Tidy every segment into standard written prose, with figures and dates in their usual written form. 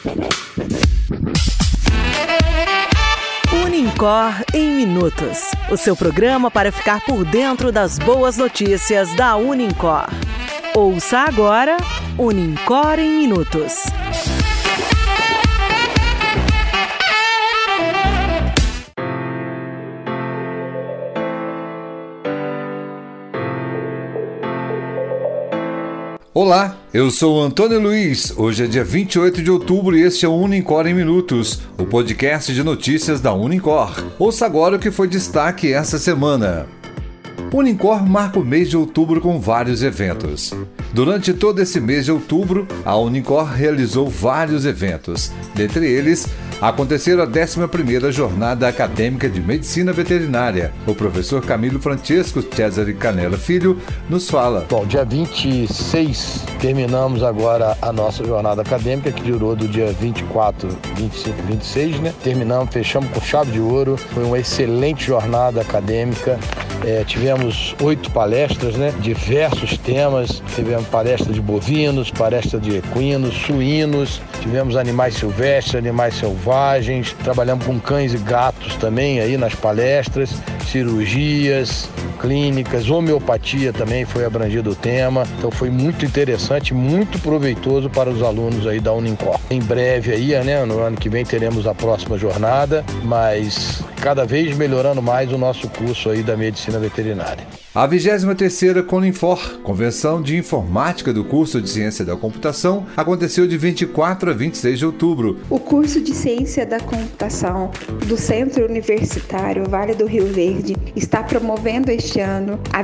Unicor em Minutos, o seu programa para ficar por dentro das boas notícias da Unicor. Ouça agora Unicor em Minutos. Olá, eu sou Antônio Luiz. Hoje é dia 28 de outubro e este é o Unicor em Minutos, o podcast de notícias da Unicor. Ouça agora o que foi destaque essa semana. Unicor marca o mês de outubro com vários eventos. Durante todo esse mês de outubro, a Unicor realizou vários eventos. Dentre eles, aconteceu a 11ª Jornada Acadêmica de Medicina Veterinária. O professor Camilo Francesco Cesare Canella Filho nos fala. Bom, dia 26 terminamos agora a nossa jornada acadêmica, que durou do dia 24, 25 e 26, né? Fechamos com chave de ouro. Foi uma excelente jornada acadêmica. Tivemos 8 palestras, né? Diversos temas. Tivemos palestra de bovinos, palestra de equinos, suínos. Tivemos animais silvestres, animais selvagens. Trabalhamos com cães e gatos também aí nas palestras. Cirurgias clínicas, homeopatia também foi abrangido o tema. Então foi muito interessante, muito proveitoso para os alunos aí da Unicor. Em breve aí, né? No ano que vem teremos a próxima jornada, mas cada vez melhorando mais o nosso curso aí da medicina veterinária. A 23ª Coninfor, Convenção de Informática do curso de Ciência da Computação, aconteceu de 24 a 26 de outubro. O curso de Ciência da Computação do Centro Universitário Vale do Rio Verde está promovendo este ano a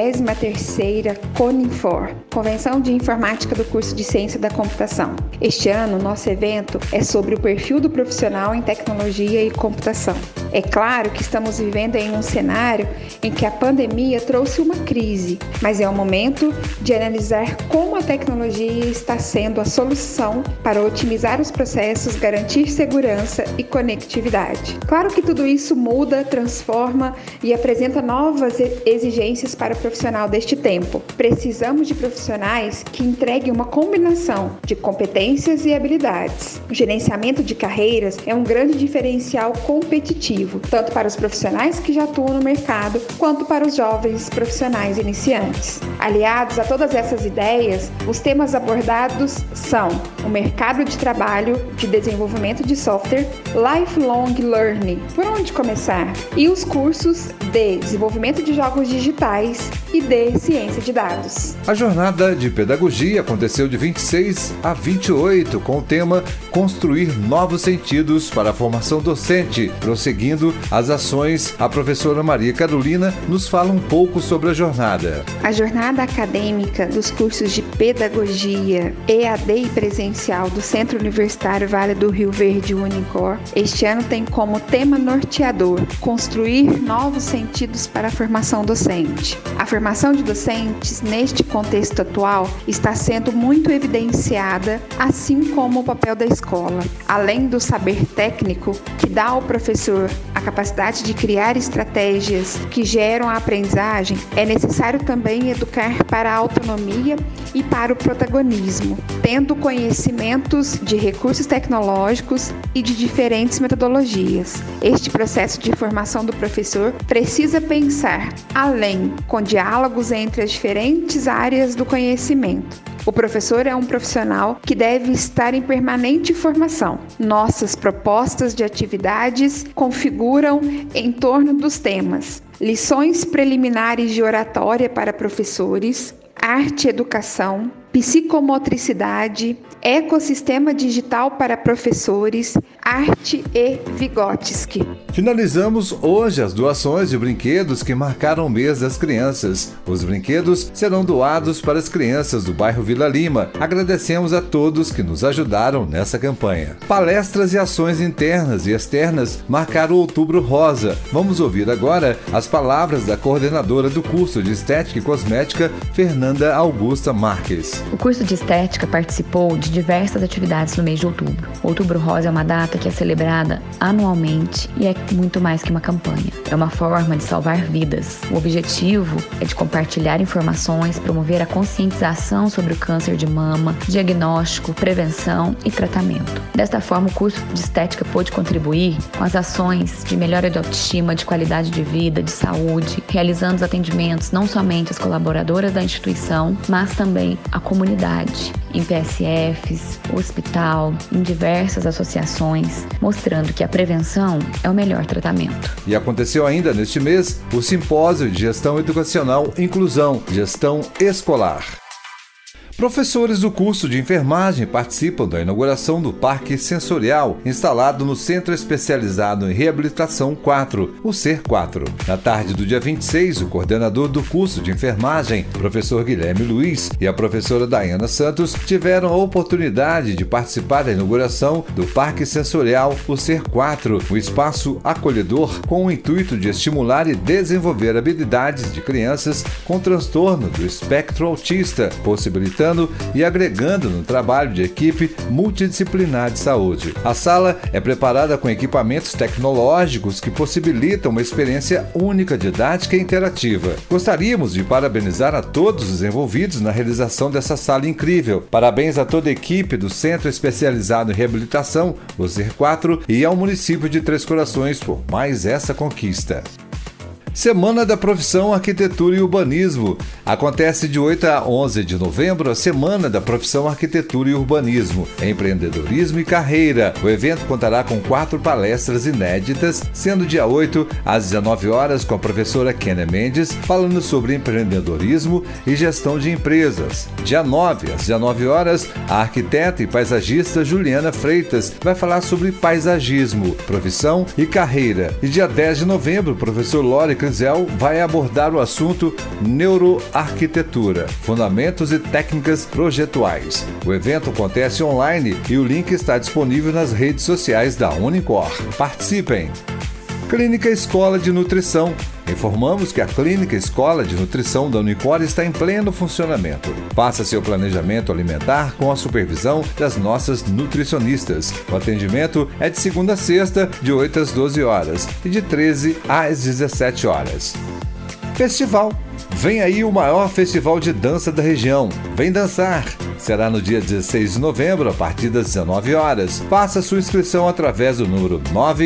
23ª Coninfor, Convenção de Informática do curso de Ciência da Computação. Este ano, nosso evento é sobre o perfil do profissional em tecnologia e computação. É claro que estamos vivendo em um cenário em que a pandemia trouxe uma crise, mas é o momento de analisar como a tecnologia está sendo a solução para otimizar os processos, garantir segurança e conectividade. Claro que tudo isso muda, transforma e apresenta novas exigências para o profissional deste tempo. Precisamos de profissionais que entreguem uma combinação de competências e habilidades. O gerenciamento de carreiras é um grande diferencial competitivo, tanto para os profissionais que já atuam no mercado, quanto para os jovens profissionais iniciantes. Aliados a todas essas ideias, os temas abordados são o mercado de trabalho de desenvolvimento de software, lifelong learning, por onde começar, e os cursos de desenvolvimento de jogos digitais e de ciência de dados. A jornada de pedagogia aconteceu de 26 a 28 com o tema Construir Novos Sentidos para a Formação Docente. Prosseguindo as ações, a professora Maria Carolina nos fala um pouco sobre a jornada. A jornada acadêmica dos cursos de pedagogia, EAD e presencial do Centro Universitário Vale do Rio Verde Unicor, este ano tem como tema norteador construir novos sentidos para a formação docente. A formação de docentes neste contexto atual está sendo muito evidenciada, assim como o papel da escola. Além do saber técnico que dá ao professor a capacidade de criar estratégias que geram a aprendizagem, é necessário também educar para a autonomia e para o protagonismo, tendo conhecimentos de recursos tecnológicos e de diferentes metodologias. Este processo de formação do professor precisa pensar além, com diálogos entre as diferentes áreas do conhecimento. O professor é um profissional que deve estar em permanente formação. Nossas propostas de atividades configuram em torno dos temas: lições preliminares de oratória para professores, arte e educação, psicomotricidade, ecossistema digital para professores, arte e Vygotsky. Finalizamos hoje as doações de brinquedos que marcaram o mês das crianças. Os brinquedos serão doados para as crianças do bairro Vila Lima. Agradecemos a todos que nos ajudaram nessa campanha. Palestras e ações internas e externas marcaram o Outubro Rosa. Vamos ouvir agora as palavras da coordenadora do curso de Estética e Cosmética, Fernanda Augusta Marques. O curso de Estética participou de diversas atividades no mês de outubro. Outubro Rosa é uma data que é celebrada anualmente e é muito mais que uma campanha. É uma forma de salvar vidas. O objetivo é de compartilhar informações, promover a conscientização sobre o câncer de mama, diagnóstico, prevenção e tratamento. Desta forma, o curso de Estética pôde contribuir com as ações de melhora de autoestima, de qualidade de vida, de saúde, realizando os atendimentos não somente às colaboradoras da instituição, mas também à comunidade, em PSFs, hospital, em diversas associações, mostrando que a prevenção é o melhor tratamento. E aconteceu ainda neste mês o Simpósio de Gestão Educacional Inclusão, Gestão Escolar. Professores do curso de enfermagem participam da inauguração do Parque Sensorial, instalado no Centro Especializado em Reabilitação 4, o CER 4. Na tarde do dia 26, o coordenador do curso de enfermagem, professor Guilherme Luiz, e a professora Daiana Santos tiveram a oportunidade de participar da inauguração do Parque Sensorial, o CER 4, um espaço acolhedor com o intuito de estimular e desenvolver habilidades de crianças com transtorno do espectro autista, possibilitando e agregando no trabalho de equipe multidisciplinar de saúde. A sala é preparada com equipamentos tecnológicos que possibilitam uma experiência única, didática e interativa. Gostaríamos de parabenizar a todos os envolvidos na realização dessa sala incrível. Parabéns a toda a equipe do Centro Especializado em Reabilitação, o CER 4, e ao município de Três Corações por mais essa conquista. Semana da Profissão Arquitetura e Urbanismo. Acontece de 8 a 11 de novembro a Semana da Profissão Arquitetura e Urbanismo, Empreendedorismo e Carreira. O evento contará com 4 palestras inéditas, sendo dia 8 às 19 horas com a professora Kênia Mendes, falando sobre empreendedorismo e gestão de empresas. Dia 9 às 19 horas, a arquiteta e paisagista Juliana Freitas vai falar sobre paisagismo, profissão e carreira. E dia 10 de novembro, o professor Lore Crisel vai abordar o assunto neuroarquitetura, fundamentos e técnicas projetuais. O evento acontece online e o link está disponível nas redes sociais da Unicor. Participem! Clínica Escola de Nutrição. Informamos que a Clínica Escola de Nutrição da Unicor está em pleno funcionamento. Faça seu planejamento alimentar com a supervisão das nossas nutricionistas. O atendimento é de segunda a sexta, de 8 às 12 horas e de 13 às 17 horas. Festival. Vem aí o maior festival de dança da região. Vem dançar! Será no dia 16 de novembro, a partir das 19 horas. Faça sua inscrição através do número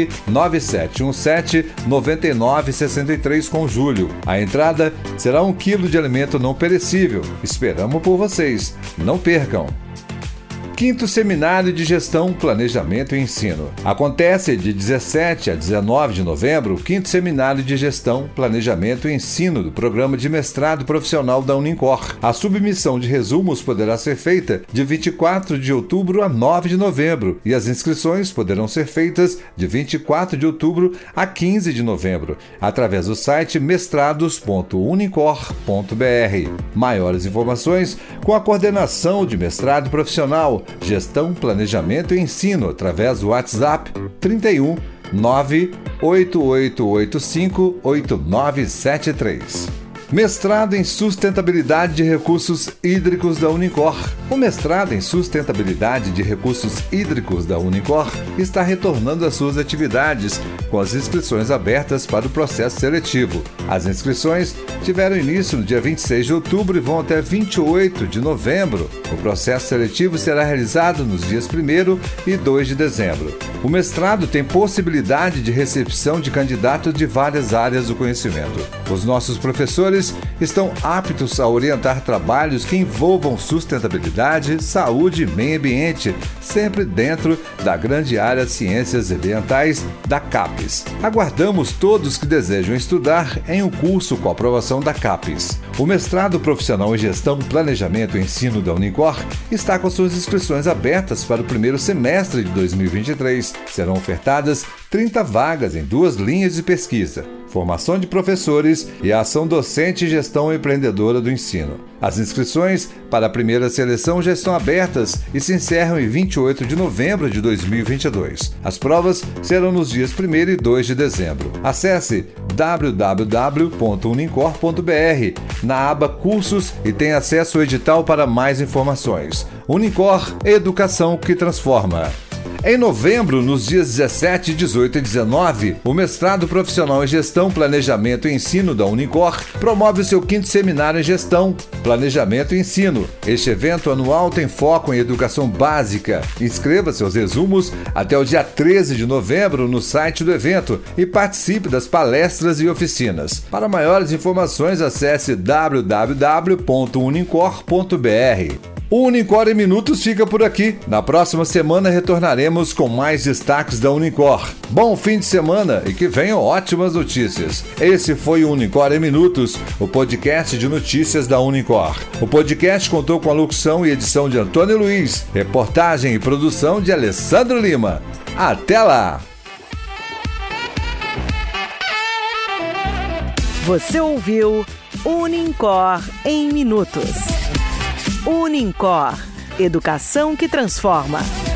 99717-9963 com Júlio. A entrada será 1 quilo de alimento não perecível. Esperamos por vocês. Não percam! 5º Seminário de Gestão, Planejamento e Ensino. Acontece de 17 a 19 de novembro o 5º Seminário de Gestão, Planejamento e Ensino do Programa de Mestrado Profissional da Unicor. A submissão de resumos poderá ser feita de 24 de outubro a 9 de novembro e as inscrições poderão ser feitas de 24 de outubro a 15 de novembro, através do site mestrados.unicor.br. Maiores informações com a coordenação de mestrado profissional, Gestão, Planejamento e Ensino, através do WhatsApp 31 98885 8973. Mestrado em Sustentabilidade de Recursos Hídricos da Unicor. O mestrado em Sustentabilidade de Recursos Hídricos da Unicor está retornando às suas atividades, com as inscrições abertas para o processo seletivo. As inscrições tiveram início no dia 26 de outubro e vão até 28 de novembro. O processo seletivo será realizado nos dias 1º e 2 de dezembro. O mestrado tem possibilidade de recepção de candidatos de várias áreas do conhecimento. Os nossos professores estão aptos a orientar trabalhos que envolvam sustentabilidade, saúde e meio ambiente, sempre dentro da grande área de ciências ambientais da CAPES. Aguardamos todos que desejam estudar em um curso com aprovação da CAPES. O mestrado profissional em Gestão, Planejamento e Ensino da Unicor está com suas inscrições abertas para o primeiro semestre de 2023. Serão ofertadas 30 vagas em 2 linhas de pesquisa: formação de professores e a ação docente e gestão empreendedora do ensino. As inscrições para a primeira seleção já estão abertas e se encerram em 28 de novembro de 2022. As provas serão nos dias 1º e 2 de dezembro. Acesse www.unincor.br na aba Cursos e tenha acesso ao edital para mais informações. Unincor, educação que transforma. Em novembro, nos dias 17, 18 e 19, o Mestrado Profissional em Gestão, Planejamento e Ensino da Unincor promove o seu 5º Seminário em Gestão, Planejamento e Ensino. Este evento anual tem foco em educação básica. Inscreva seus resumos até o dia 13 de novembro no site do evento e participe das palestras e oficinas. Para maiores informações, acesse www.unincor.br. O Unincor em Minutos fica por aqui. Na próxima semana retornaremos com mais destaques da Unincor. Bom fim de semana e que venham ótimas notícias. Esse foi o Unincor em Minutos, o podcast de notícias da Unincor. O podcast contou com a locução e edição de Antônio Luiz, reportagem e produção de Alessandro Lima. Até lá! Você ouviu Unincor em Minutos. Unincor, educação que transforma.